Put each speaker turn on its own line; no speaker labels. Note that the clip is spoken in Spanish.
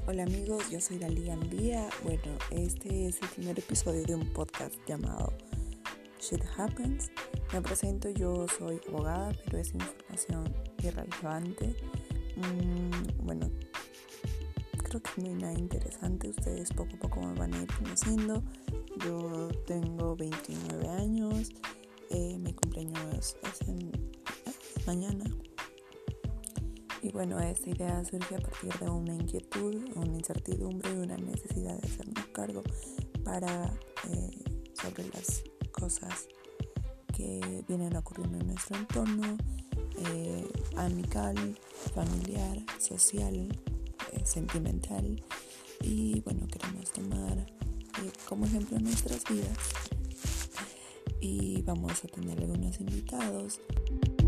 Hola amigos, yo soy Dalí Andía. Bueno, este es el primer episodio de un podcast llamado Shit Happens. Me presento, yo soy abogada, pero es información irrelevante. Bueno, creo que no hay nada interesante. Ustedes poco a poco me van a ir conociendo. Yo tengo 29 años. Mi cumpleaños es mañana. Y bueno, esta idea surge a partir de una inquietud, una incertidumbre y una necesidad de hacernos cargo sobre las cosas que vienen ocurriendo en nuestro entorno, amical, familiar, social, sentimental. Y bueno, queremos tomar como ejemplo nuestras vidas. Y vamos a tener algunos invitados.